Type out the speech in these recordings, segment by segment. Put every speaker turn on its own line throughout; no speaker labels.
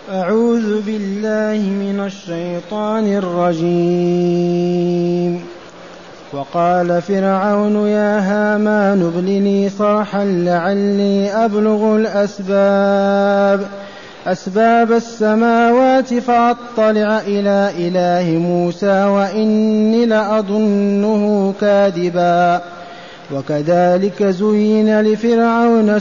أعوذ بالله من الشيطان الرجيم. وقال فرعون يا هامان ابن لي صرحا لعلي أبلغ أسباب السماوات فأطلع إلى إله موسى وإني لأظنه كاذبا. وكذلك زين لفرعون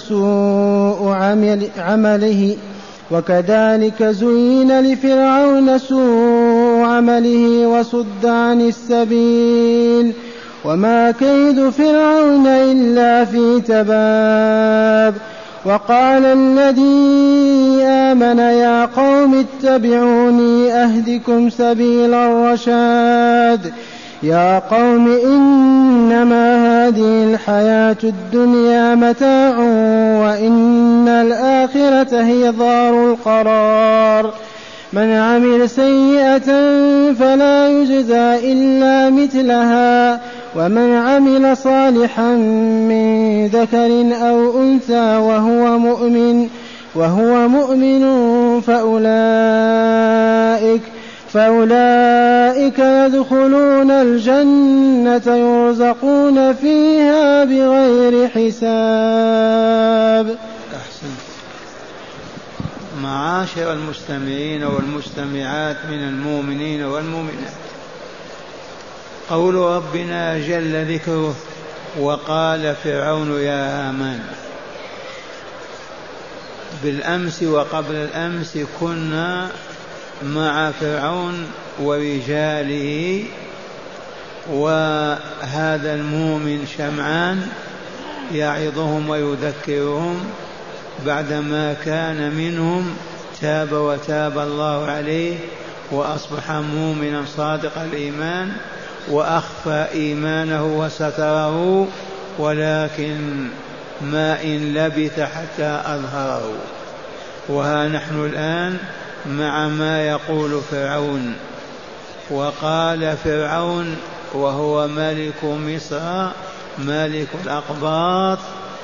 سوء عمله وصد عن السبيل وما كيد فرعون إلا في تباب. وقال الذي آمن يا قوم اتبعوني أهدكم سبيل الرشاد. يا قوم إنما هذه الحياة الدنيا متاع وإن الآخرة هي دار القرار. من عمل سيئة فلا يجزى إلا مثلها ومن عمل صالحا من ذكر أو أنثى وهو مؤمن فأولئك يدخلون الجنة يرزقون فيها بغير حساب.
معاشر المستمعين والمستمعات من المؤمنين والمؤمنات، قول ربنا جل ذكره وقال فرعون يا هامان. بالأمس وقبل الأمس كنا مع فرعون ورجاله وهذا المؤمن شمعان يعظهم ويذكرهم بعدما كان منهم تاب وتاب الله عليه وأصبح مؤمنا صادق الإيمان وأخفى إيمانه وستره، ولكن ما إن لبث حتى أظهره. وها نحن الآن مع ما يقول فرعون. وقال فرعون وهو ملك مصر ملك الأقباط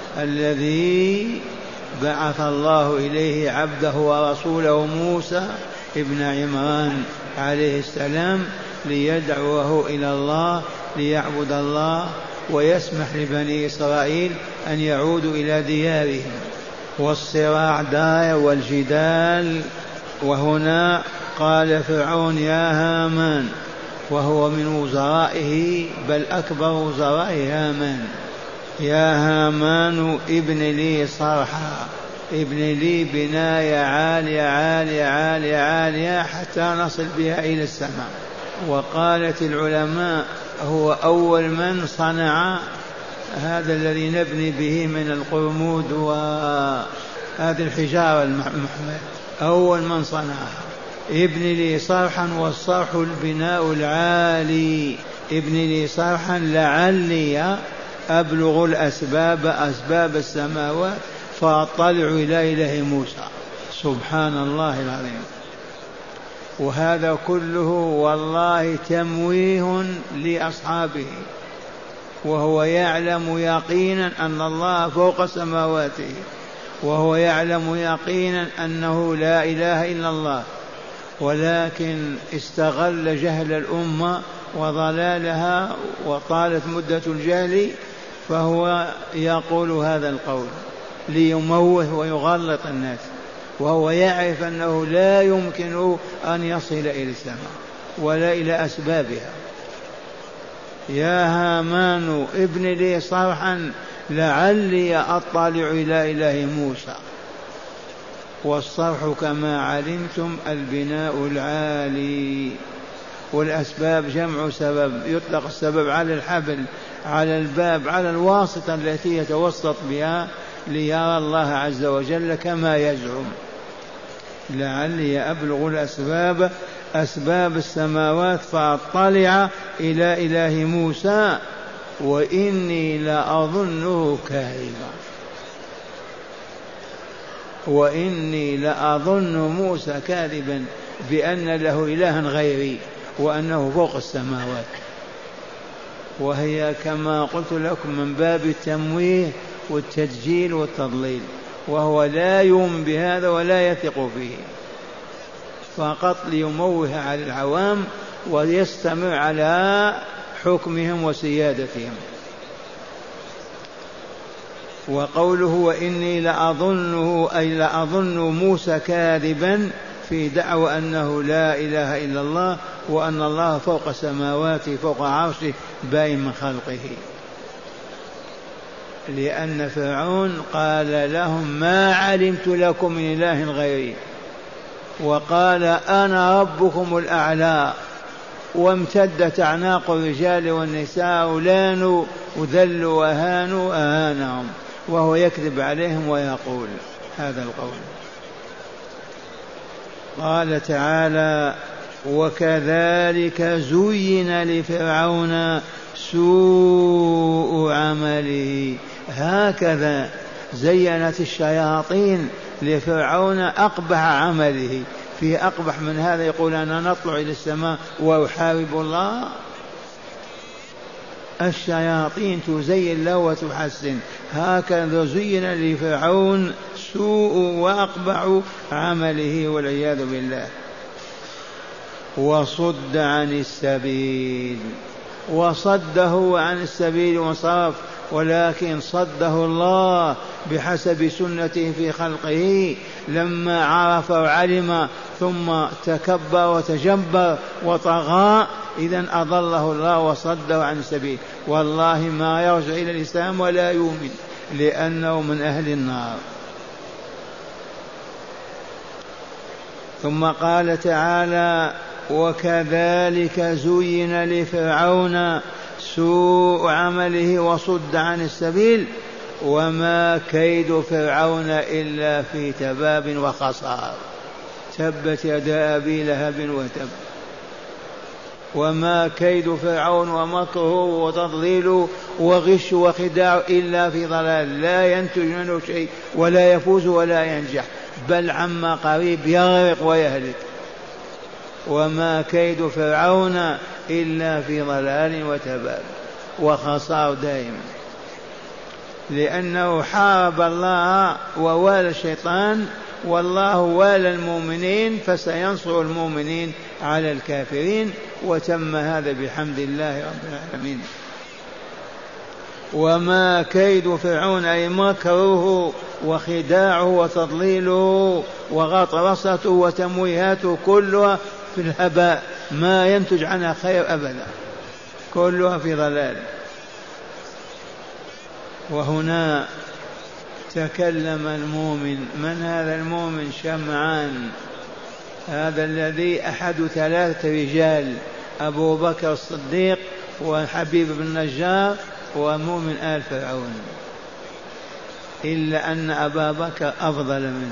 الذي بعث الله إليه عبده ورسوله موسى ابن عمران عليه السلام ليدعوه إلى الله ليعبد الله ويسمح لبني إسرائيل أن يعودوا إلى ديارهم. والصراع دار والجدال. وهنا قال فرعون يا هامان، وهو من وزرائه بل أكبر وزراء هامان، يا هامان ابن لي صرحا، ابن لي بناية عالية عالية عالية عالية حتى نصل بها إلى السماء. وقالت العلماء هو أول من صنع هذا الذي نبني به من القرمود وهذه الحجارة المحماة، أول من صنعها. ابن لي صرحا، والصرح البناء العالي. ابن لي صرحا لعلي أبلغ أسباب السماوات فأطلع إلى إله موسى. سبحان الله العظيم. وهذا كله والله تمويه لأصحابه، وهو يعلم يقينا أن الله فوق سماواته، وهو يعلم يقينا أنه لا إله إلا الله، ولكن استغل جهل الأمة وضلالها وطالت مدة الجهل، فهو يقول هذا القول ليموه ويغلط الناس، وهو يعرف أنه لا يمكن أن يصل إلى السماء ولا إلى أسبابها. يا هامان ابن لي صرحا لعلي أطلع إلى إله موسى. والصرح كما علمتم البناء العالي، والأسباب جمع سبب، يطلق السبب على الحبل، على الباب، على الواسطة التي يتوسط بها ليرى الله عز وجل كما يزعم. لعلي أبلغ أسباب السماوات فأطلع إلى إله موسى وإني لأظنه كاذبا. وإني لأظن موسى كاذبا بأن له إلها غيري وأنه فوق السماوات. وهي كما قلت لكم من باب التمويه والتدجيل والتضليل، وهو لا يؤمن بهذا ولا يثق فيه. فقط ليموه على العوام ويستمر على حكمهم وسيادتهم. وقوله وإني لأظنه أي لأظن موسى كاذبا في دعوى أنه لا إله إلا الله وأن الله فوق سماواته فوق عرشه باين من خلقه، لأن فرعون قال لهم ما علمت لكم من إله غيري، وقال أنا ربكم الأعلى، وامتدت أعناق الرجال والنساء لانوا وذلوا وهانوا أهانهم، وهو يكذب عليهم ويقول هذا القول. قال تعالى وكذلك زين لفرعون سوء عمله، هكذا زينت الشياطين لفرعون أقبح عمله. في أقبح من هذا يقول أنا نطلع إلى السماء وأحارب الله؟ الشياطين تزين له وتحسن. هكذا زين لفرعون سوء وأقبح عمله والعياذ بالله. وصد عن السبيل، وصده عن السبيل وصرف، ولكن صده الله بحسب سنته في خلقه لما عرف وعلم ثم تكبر وتجبر وطغى، إذن أضله الله وصده عن السبيل. والله ما يرجع إلى الإسلام ولا يؤمن لأنه من أهل النار. ثم قال تعالى وكذلك زين لفرعون سوء عمله وصد عن السبيل وما كيد فرعون إلا في تباب وخسار. تبت يدا أبي لهب وتب. وما كيد فرعون ومكره وتضليله وغش وخداع إلا في ضلال، لا ينتج منه شيء ولا يفوز ولا ينجح، بل عما قريب يغرق ويهلك. وما كيد فرعون إلا في ضلال وتباب وخسار دائما، لأنه حارب الله ووالى الشيطان، والله والى المؤمنين فسينصر المؤمنين على الكافرين. وتم هذا بحمد الله رب العالمين. وما كيد فرعون أي مكره وخداعه وتضليله وغطرسته وتمويهاته كلها في الهباء، ما ينتج عنها خير أبدا، كلها في ضلال. وهنا تكلم المؤمن. من هذا المؤمن؟ شمعان، هذا الذي أحد 3 رجال، أبو بكر الصديق وحبيب بن نجار ومؤمن آل فرعون، إلا أن أبا بكر أفضل منه.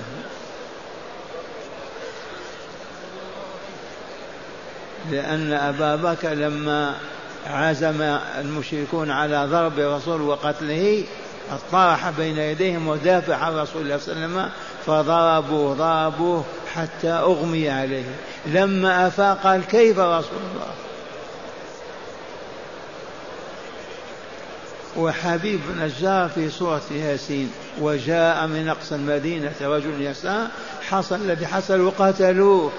لأن أبا بكر لما عزم المشركون على ضرب الرسول وقتله اطرح بين يديهم ودافع عن رسول الله صلى الله عليه وسلم، فضربوه حتى أغمي عليه. لما أفاق قال كيف رسول الله؟ وحبيب بن نجار في سورة ياسين وجاء من أقصى المدينة رجل يسعى، حصل الذي حصل وقتلوه،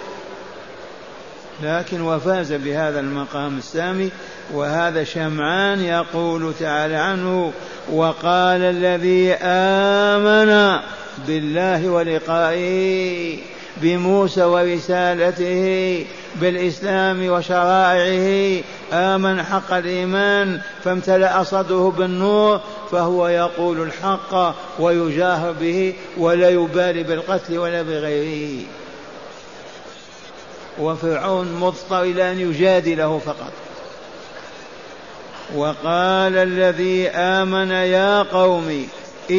لكن وفاز بهذا المقام السامي. وهذا شمعان يقول تعالى عنه وقال الذي آمن بالله ولقائه بموسى ورسالته بالإسلام وشرائعه آمن حق الإيمان فامتلأ صدره بالنور، فهو يقول الحق ويجاهر به ولا يبالي بالقتل ولا بغيره. وفرعون مضطر إلى أن يجادله فقط. وقال الذي آمن يا قوم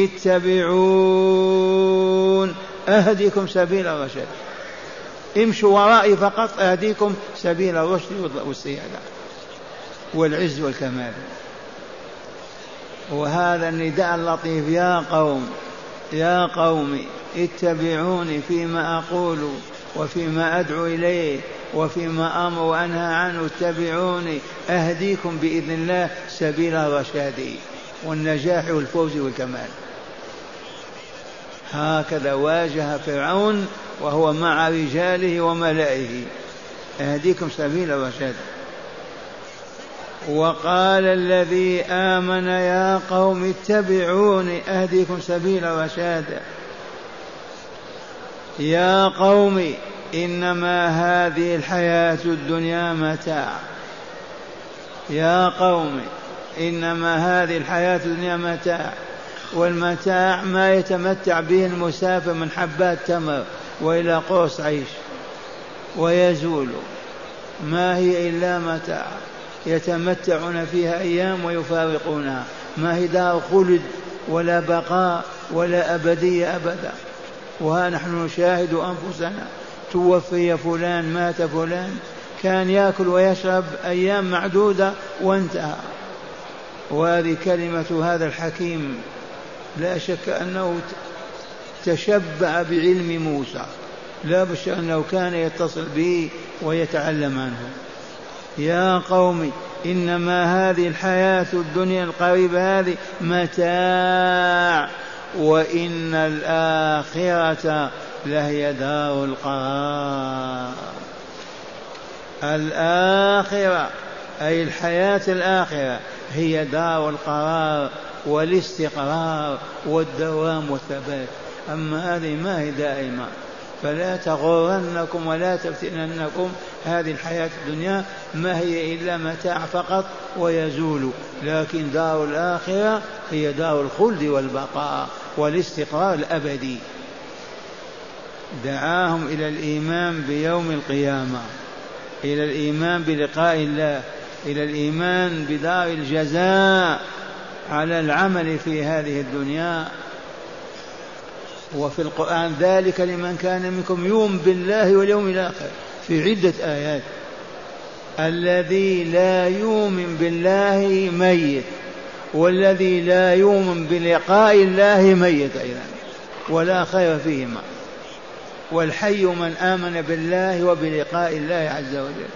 اتبعون أهدكم سبيل الرشد، امشوا ورائي فقط أهديكم سبيل الرشد والسيادة والعز والكمال. وهذا النداء اللطيف يا قوم اتبعوني فيما أقول وفيما أدعو إليه وفيما أمر وأنهى عنه، اتبعوني أهديكم بإذن الله سبيل الرشاد والنجاح والفوز والكمال. هكذا واجه فرعون وهو مع رجاله وملئه: أهديكم سبيل الرشاد. وقال الذي آمن: يا قوم اتبعوني أهديكم سبيل الرشاد. يا قوم إنما هذه الحياة الدنيا متاع. يا قوم إنما هذه الحياة الدنيا متاع، والمتاع ما يتمتع به المسافر من حبات تمر وإلى قرص عيش ويزول، ما هي إلا متاع يتمتعون فيها أيام ويفارقونها، ما هي دار خلد ولا بقاء ولا أبدية أبدا. وها نحن نشاهد أنفسنا: توفي فلان، مات فلان، كان يأكل ويشرب أيام معدودة وانتهى. وهذه كلمة هذا الحكيم لا شك أنه تشبع بعلم موسى، لا بشك أنه كان يتصل به ويتعلم عنه. يا قوم إنما هذه الحياة الدنيا القريبة هذه متاع، وإن الآخرة لهي دار القرار. الآخرة أي الحياة الآخرة هي دار القرار والاستقرار والدوام والثبات، أما هذه ما هي دائمة. فلا تغرنكم ولا تفتننكم هذه الحياة الدنيا، ما هي إلا متاع فقط ويزول، لكن دار الآخرة هي دار الخلد والبقاء والاستقرار الأبدي. دعاهم إلى الإيمان بيوم القيامة، إلى الإيمان بلقاء الله، إلى الإيمان بدار الجزاء على العمل في هذه الدنيا. وفي القرآن: ذلك لمن كان منكم يؤمن بالله واليوم الآخر، في عدة آيات. الذي لا يؤمن بالله ميت، والذي لا يؤمن بلقاء الله ميت أيضا، ولا خير فيهما. والحي من آمن بالله وبلقاء الله عز وجل.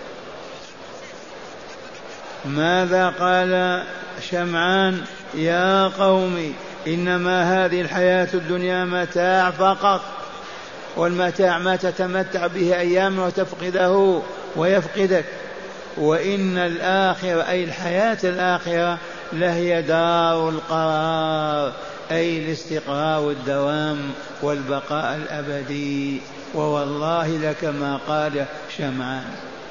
ماذا قال شمعان؟ يا قوم إنما هذه الحياة الدنيا متاع فقط، والمتاع ما تتمتع به أيام وتفقده ويفقدك، وإن الآخرة أي الحياة الآخرة لهي دار القرار، أي الاستقرار والدوام والبقاء الأبدي. ووالله لك ما قال شمعان.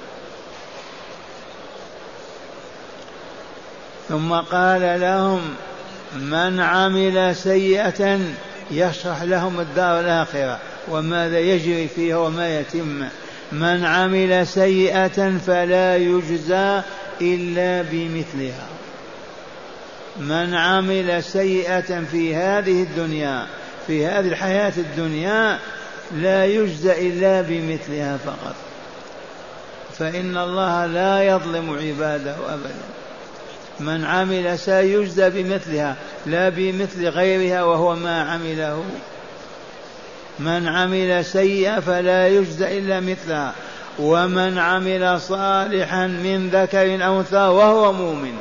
ثم قال لهم: من عمل سيئة، يشرح لهم الدار الآخرة وماذا يجري فيها وما يتم. من عمل سيئة فلا يجزى إلا بمثلها. من عمل سيئة في هذه الدنيا، في هذه الحياة الدنيا، لا يجزى إلا بمثلها فقط، فإن الله لا يظلم عباده أبدا. من عمل سيجزى بمثلها لا بمثل غيرها وهو ما عمله. من عمل سيئا فلا يجزى إلا مثلها. ومن عمل صالحا من ذكر أو أنثى وهو مؤمن،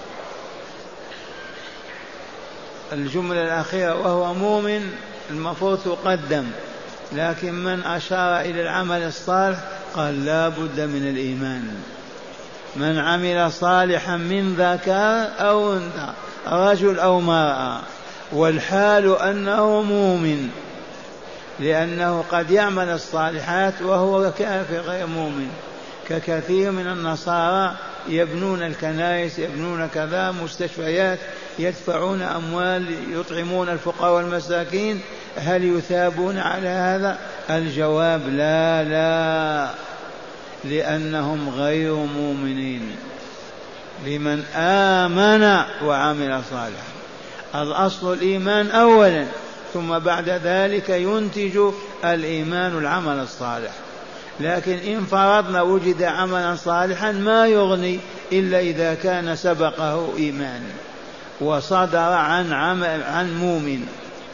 الجملة الأخيرة وهو مؤمن المفروض تقدم، لكن من أشار إلى العمل الصالح قال لا بد من الإيمان. من عمل صالحا من ذكر أو أنثى، رجل أو امرأة، والحال أنه مؤمن، لأنه قد يعمل الصالحات وهو كافر غير مؤمن، ككثير من النصارى يبنون الكنائس، يبنون كذا مستشفيات، يدفعون أموال يطعمون الفقراء والمساكين، هل يثابون على هذا؟ الجواب لا لا، لأنهم غير مؤمنين. لمن آمن وعمل صالحا، الأصل الإيمان أولا، ثم بعد ذلك ينتج الإيمان العمل الصالح. لكن إن فرضنا وجد عملا صالحا ما يغني إلا إذا كان سبقه إيمان وصدر عن مؤمن.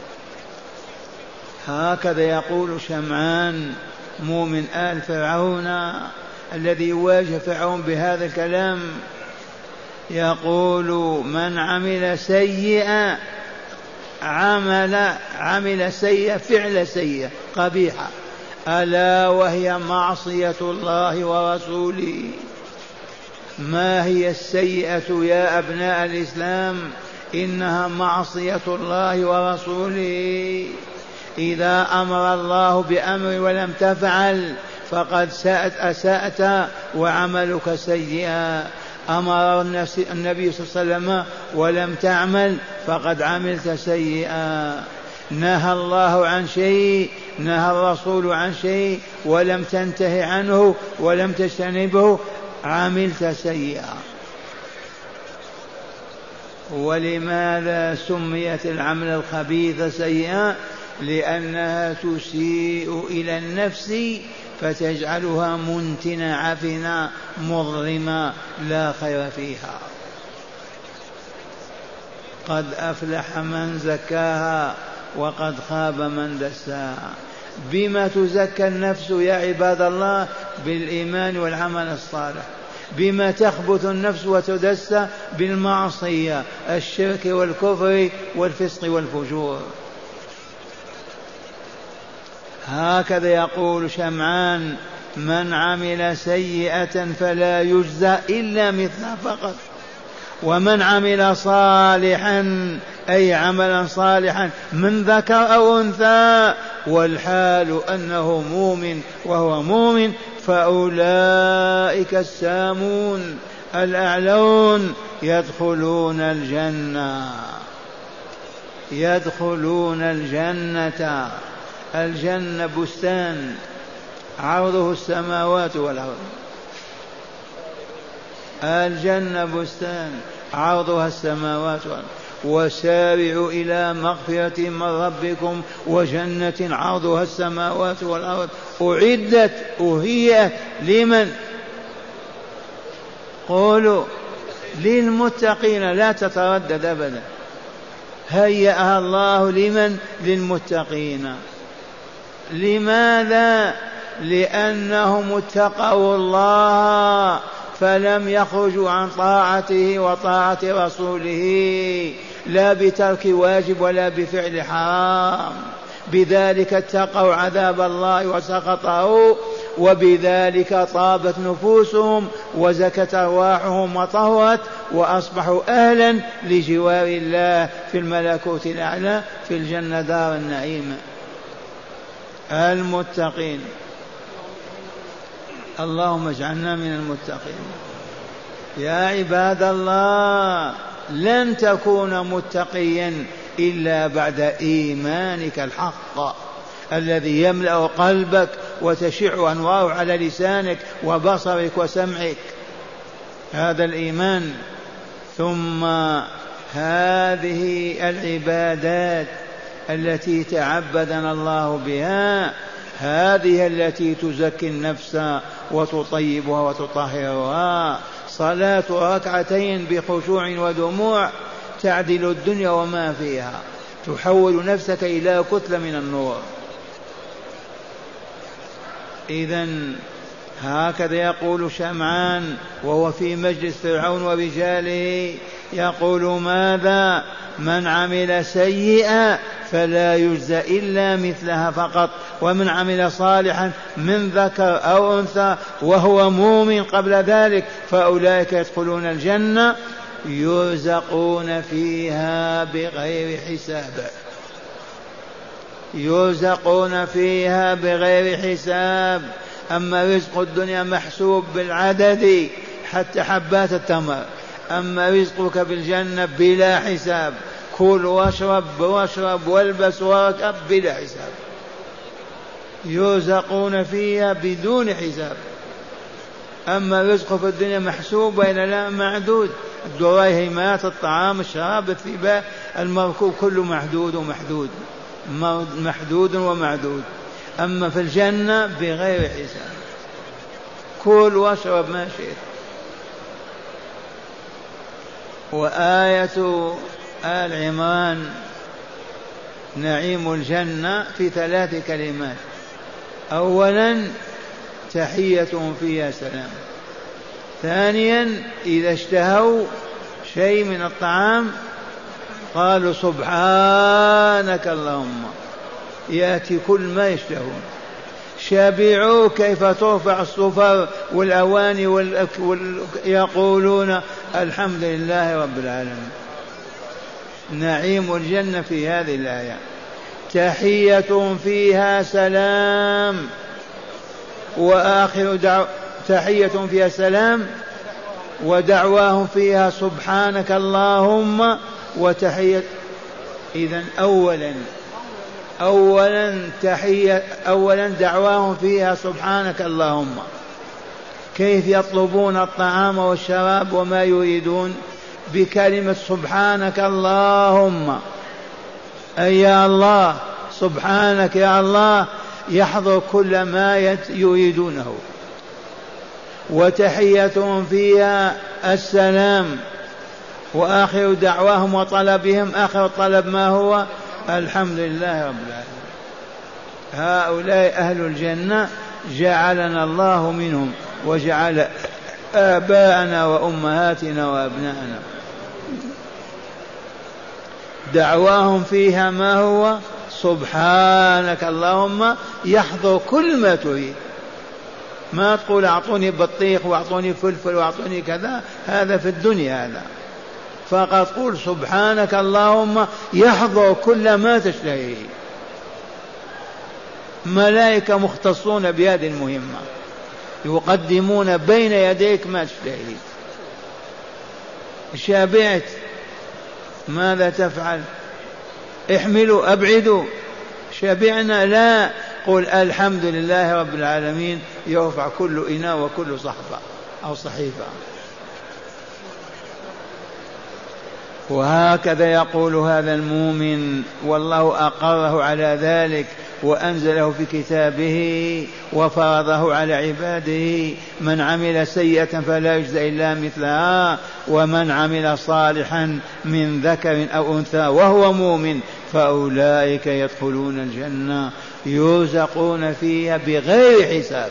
هكذا يقول شمعان مؤمن آل فرعون الذي يواجه فرعون بهذا الكلام، يقول: من عمل سيئا عمل سيئة، فعل سيئة قبيحة، ألا وهي معصية الله ورسوله. ما هي السيئة يا أبناء الإسلام؟ إنها معصية الله ورسوله. إذا أمر الله بأمر ولم تفعل فقد أسأت وعملك سيئا. أمر النبي صلى الله عليه وسلم ولم تعمل فقد عملت سيئا. نهى الله عن شيء، نهى الرسول عن شيء ولم تنتهي عنه ولم تجتنبه، عملت سيئا. ولماذا سميت العمل الخبيث سيئا؟ لأنها تسيء إلى النفس فتجعلها منتنة عفنة مظلمة لا خير فيها. قد أفلح من زكاها وقد خاب من دساها. بما تزكى النفس يا عباد الله؟ بالإيمان والعمل الصالح. بما تخبث النفس وتدسى؟ بالمعصية، الشرك والكفر والفسق والفجور. هكذا يقول شمعان: من عمل سيئة فلا يجزى إلا مثلها فقط، ومن عمل صالحا أي عملا صالحا من ذكر أو أنثى والحال أنه مؤمن وهو مؤمن فأولئك السامون الأعلون يدخلون الجنة. يدخلون الجنة. الجنة بستان عرضه السماوات والأرض. الجنة بستان عرضها السماوات والأرض. وسارعوا إلى مغفرة من ربكم وجنة عرضها السماوات والأرض أعدت أهيئت لمن؟ قولوا للمتقين، لا تتردد أبدا. هيأها الله لمن؟ للمتقين. لماذا؟ لأنهم اتقوا الله فلم يخرجوا عن طاعته وطاعة رسوله، لا بترك واجب ولا بفعل حرام. بذلك اتقوا عذاب الله وسخطه، وبذلك طابت نفوسهم وزكت أرواحهم وطهرت وأصبحوا أهلا لجوار الله في الملكوت الأعلى في الجنة دار النعيم. المتقين. اللهم اجعلنا من المتقين. يا عباد الله، لن تكون متقيا إلا بعد إيمانك الحق الذي يملأ قلبك وتشع أنواره على لسانك وبصرك وسمعك، هذا الإيمان. ثم هذه العبادات التي تعبدنا الله بها، هذه التي تزكي النفس وتطيبها وتطهرها. صلاة ركعتين بخشوع ودموع تعدل الدنيا وما فيها، تحول نفسك إلى كتلة من النور. إذن هكذا يقول شمعان وهو في مجلس فرعون ورجاله، يقول ماذا؟ من عمل سيئا فلا يجزى إلا مثلها فقط، ومن عمل صالحا من ذكر أو أنثى وهو مؤمن قبل ذلك فأولئك يدخلون الجنة يرزقون فيها بغير حساب. يرزقون فيها بغير حساب. أما رزق الدنيا محسوب بالعدد حتى حبات التمر، أما رزقك بالجنة بلا حساب، كل واشرب والبس واركب بلا حساب. يرزقون فيها بدون حساب. أما رزق في الدنيا محسوب وإلا لا؟ معدود. الدراهمات، الطعام، الشراب، الثياب، المركوب كله محدود ومعدود. أما في الجنة بغير حساب، كل واشرب ما شئت. وآية آل عمران نعيم الجنة في 3 كلمات. أولا تحيتهم فيها سلام. ثانيا إذا اشتهوا شيء من الطعام قالوا سبحانك اللهم، يأتي كل ما يشتهون. شبعوا كيف ترفع الصفر والأواني يقولون الحمد لله رب العالمين. نعيم الجنة في هذه الآية. تحية فيها سلام وآخر تحية فيها سلام ودعواهم فيها سبحانك اللهم وتحية. إذن أولا دعواهم فيها سبحانك اللهم. كيف يطلبون الطعام والشراب وما يريدون؟ بكلمة سبحانك اللهم، أي يا الله سبحانك يا الله، يحضر كل ما يريدونه. وتحيتهم فيها السلام وآخر دعواهم وطلبهم آخر الطلب ما هو؟ الحمد لله رب العالمين. هؤلاء أهل الجنة جعلنا الله منهم وجعل آباءنا وأمهاتنا وأبناءنا. دعواهم فيها ما هو؟ سبحانك اللهم، يحضر كل ما تريد. ما تقول أعطوني بطيخ وأعطوني فلفل وأعطوني كذا، هذا في الدنيا هذا. فقط قل سبحانك اللهم، يحضر كل ما تشتهيه. ملائكة مختصون بهذه المهمة، يقدمون بين يديك ما تشتهي. شبعت ماذا تفعل؟ احملوا أبعدوا. شبعنا لا، قل الحمد لله رب العالمين، يرفع كل إناء وكل صحفة أو صحيفة. وهكذا يقول هذا المؤمن، والله أقره على ذلك وأنزله في كتابه وفرضه على عباده: من عمل سيئة فلا يجزى إلا مثلها ومن عمل صالحا من ذكر أو أنثى وهو مؤمن فأولئك يدخلون الجنة يرزقون فيها بغير حساب.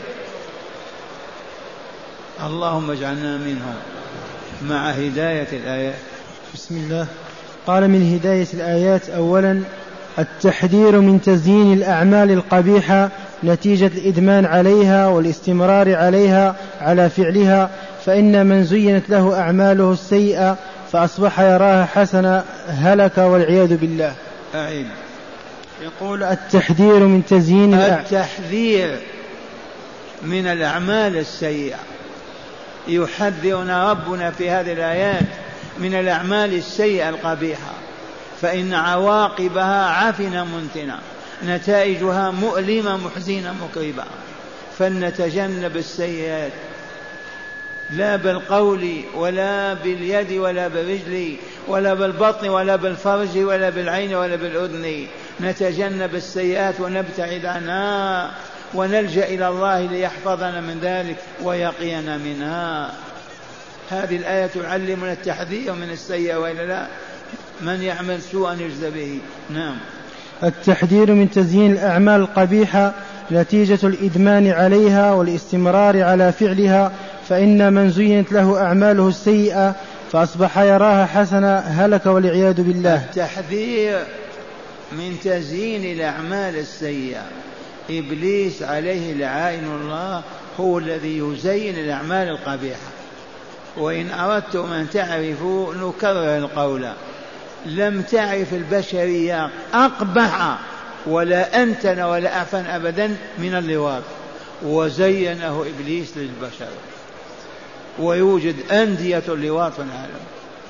اللهم اجعلنا منهم مع هداية الآيات.
بسم الله. قال: من هداية الآيات: أولا التحذير من تزيين الأعمال القبيحة نتيجة الإدمان عليها والاستمرار عليها على فعلها، فإن من زينت له أعماله السيئة فأصبح يراها حسنة هلك والعياذ بالله.
أعيد.
يقول: التحذير من تزيين
التحذير من الأعمال السيئة. يحذرنا ربنا في هذه الآيات من الأعمال السيئة القبيحة، فإن عواقبها عفنة منتنة، نتائجها مؤلمة محزنة مكربة. فلنتجنب السيئات، لا بالقول ولا باليد ولا بالرجل ولا بالبطن ولا بالفرج ولا بالعين ولا بالأذن. نتجنب السيئات ونبتعد عنها ونلجأ إلى الله ليحفظنا من ذلك ويقينا منها. هذه الآية تعلمنا التحذير من السيئة، وإلا لا من يعمل سوءا يجزى به. نعم.
التحذير من تزيين الأعمال القبيحة نتيجة الإدمان عليها والاستمرار على فعلها، فإن من زينت له أعماله السيئة فأصبح يراها حسنة هلك والعياذ بالله.
التحذير من تزيين الأعمال السيئة. إبليس عليه لعائن الله هو الذي يزين الأعمال القبيحة. وإن أردتم أن تعرفوا نكرر القول: لم تعرف البشرية أقبح ولا أنتن ولا أعفن أبدا من اللواط، وزينه إبليس للبشر، ويوجد أندية اللواط في العالم.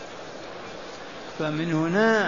فمن هنا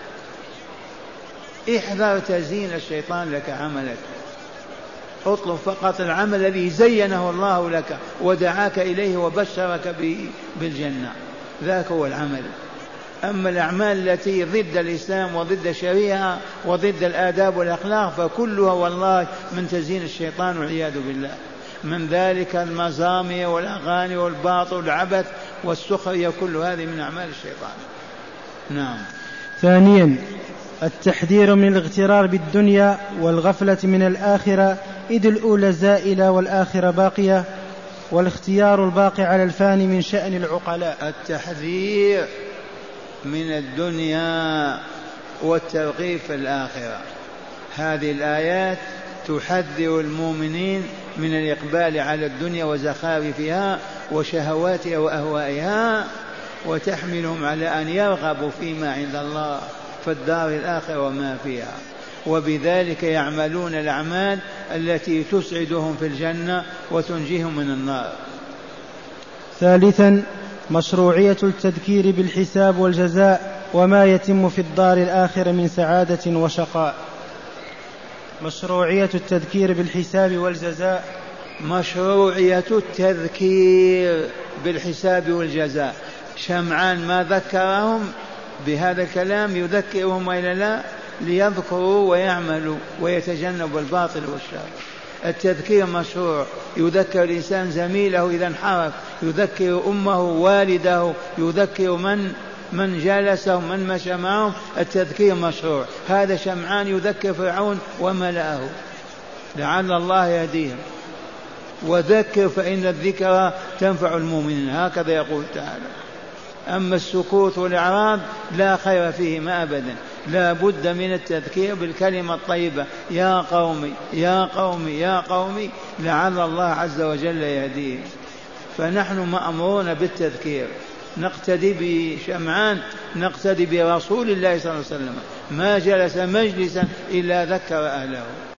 احذر تزيين الشيطان لك عملك، اطلب فقط العمل الذي زينه الله لك ودعاك إليه وبشرك به بالجنة، ذاك هو العمل. أما الأعمال التي ضد الإسلام وضد الشريعة وضد الآداب والأخلاق فكلها والله من تزيين الشيطان والعياذ بالله. من ذلك المزامير والأغاني والباطل والعبث والسخرية، كل هذه من أعمال الشيطان. نعم.
ثانيا التحذير من الاغترار بالدنيا والغفلة من الآخرة، إذ الأولى زائلة والآخرة باقية، والاختيار الباقي على الفاني من شأن العقلاء.
التحذير من الدنيا والترغيب في الآخرة. هذه الآيات تحذر المؤمنين من الإقبال على الدنيا وزخارفها وشهواتها وأهوائها، وتحملهم على أن يرغبوا فيما عند الله في الدار الآخرة وما فيها، وبذلك يعملون الأعمال التي تسعدهم في الجنة وتنجيهم من النار.
ثالثا مشروعية التذكير بالحساب والجزاء وما يتم في الدار الآخرة من سعادة وشقاء. مشروعية التذكير بالحساب والجزاء.
مشروعية التذكير بالحساب والجزاء. شمعان ما ذكرهم بهذا الكلام يذكرهم وإلا لا؟ ليذكروا ويعملوا ويتجنبوا الباطل والشر. التذكير مشروع، يذكر الإنسان زميله إذا انحرف، يذكر أمه والده، يذكر من جالسه من مشى معهم. التذكير مشروع. هذا شمعان يذكر فرعون وملأه لعل الله يهديهم. وذكر فإن الذكرى تنفع المؤمنين، هكذا يقول تعالى. أما السكوت والإعراض لا خير فيهما أبدا، لا بد من التذكير بالكلمة الطيبة: يا قومي يا قومي يا قومي، لعل الله عز وجل يهديهم. فنحن مأمورون بالتذكير، نقتدي بشمعان، نقتدي برسول الله صلى الله عليه وسلم، ما جلس مجلسا إلا ذكر أهله.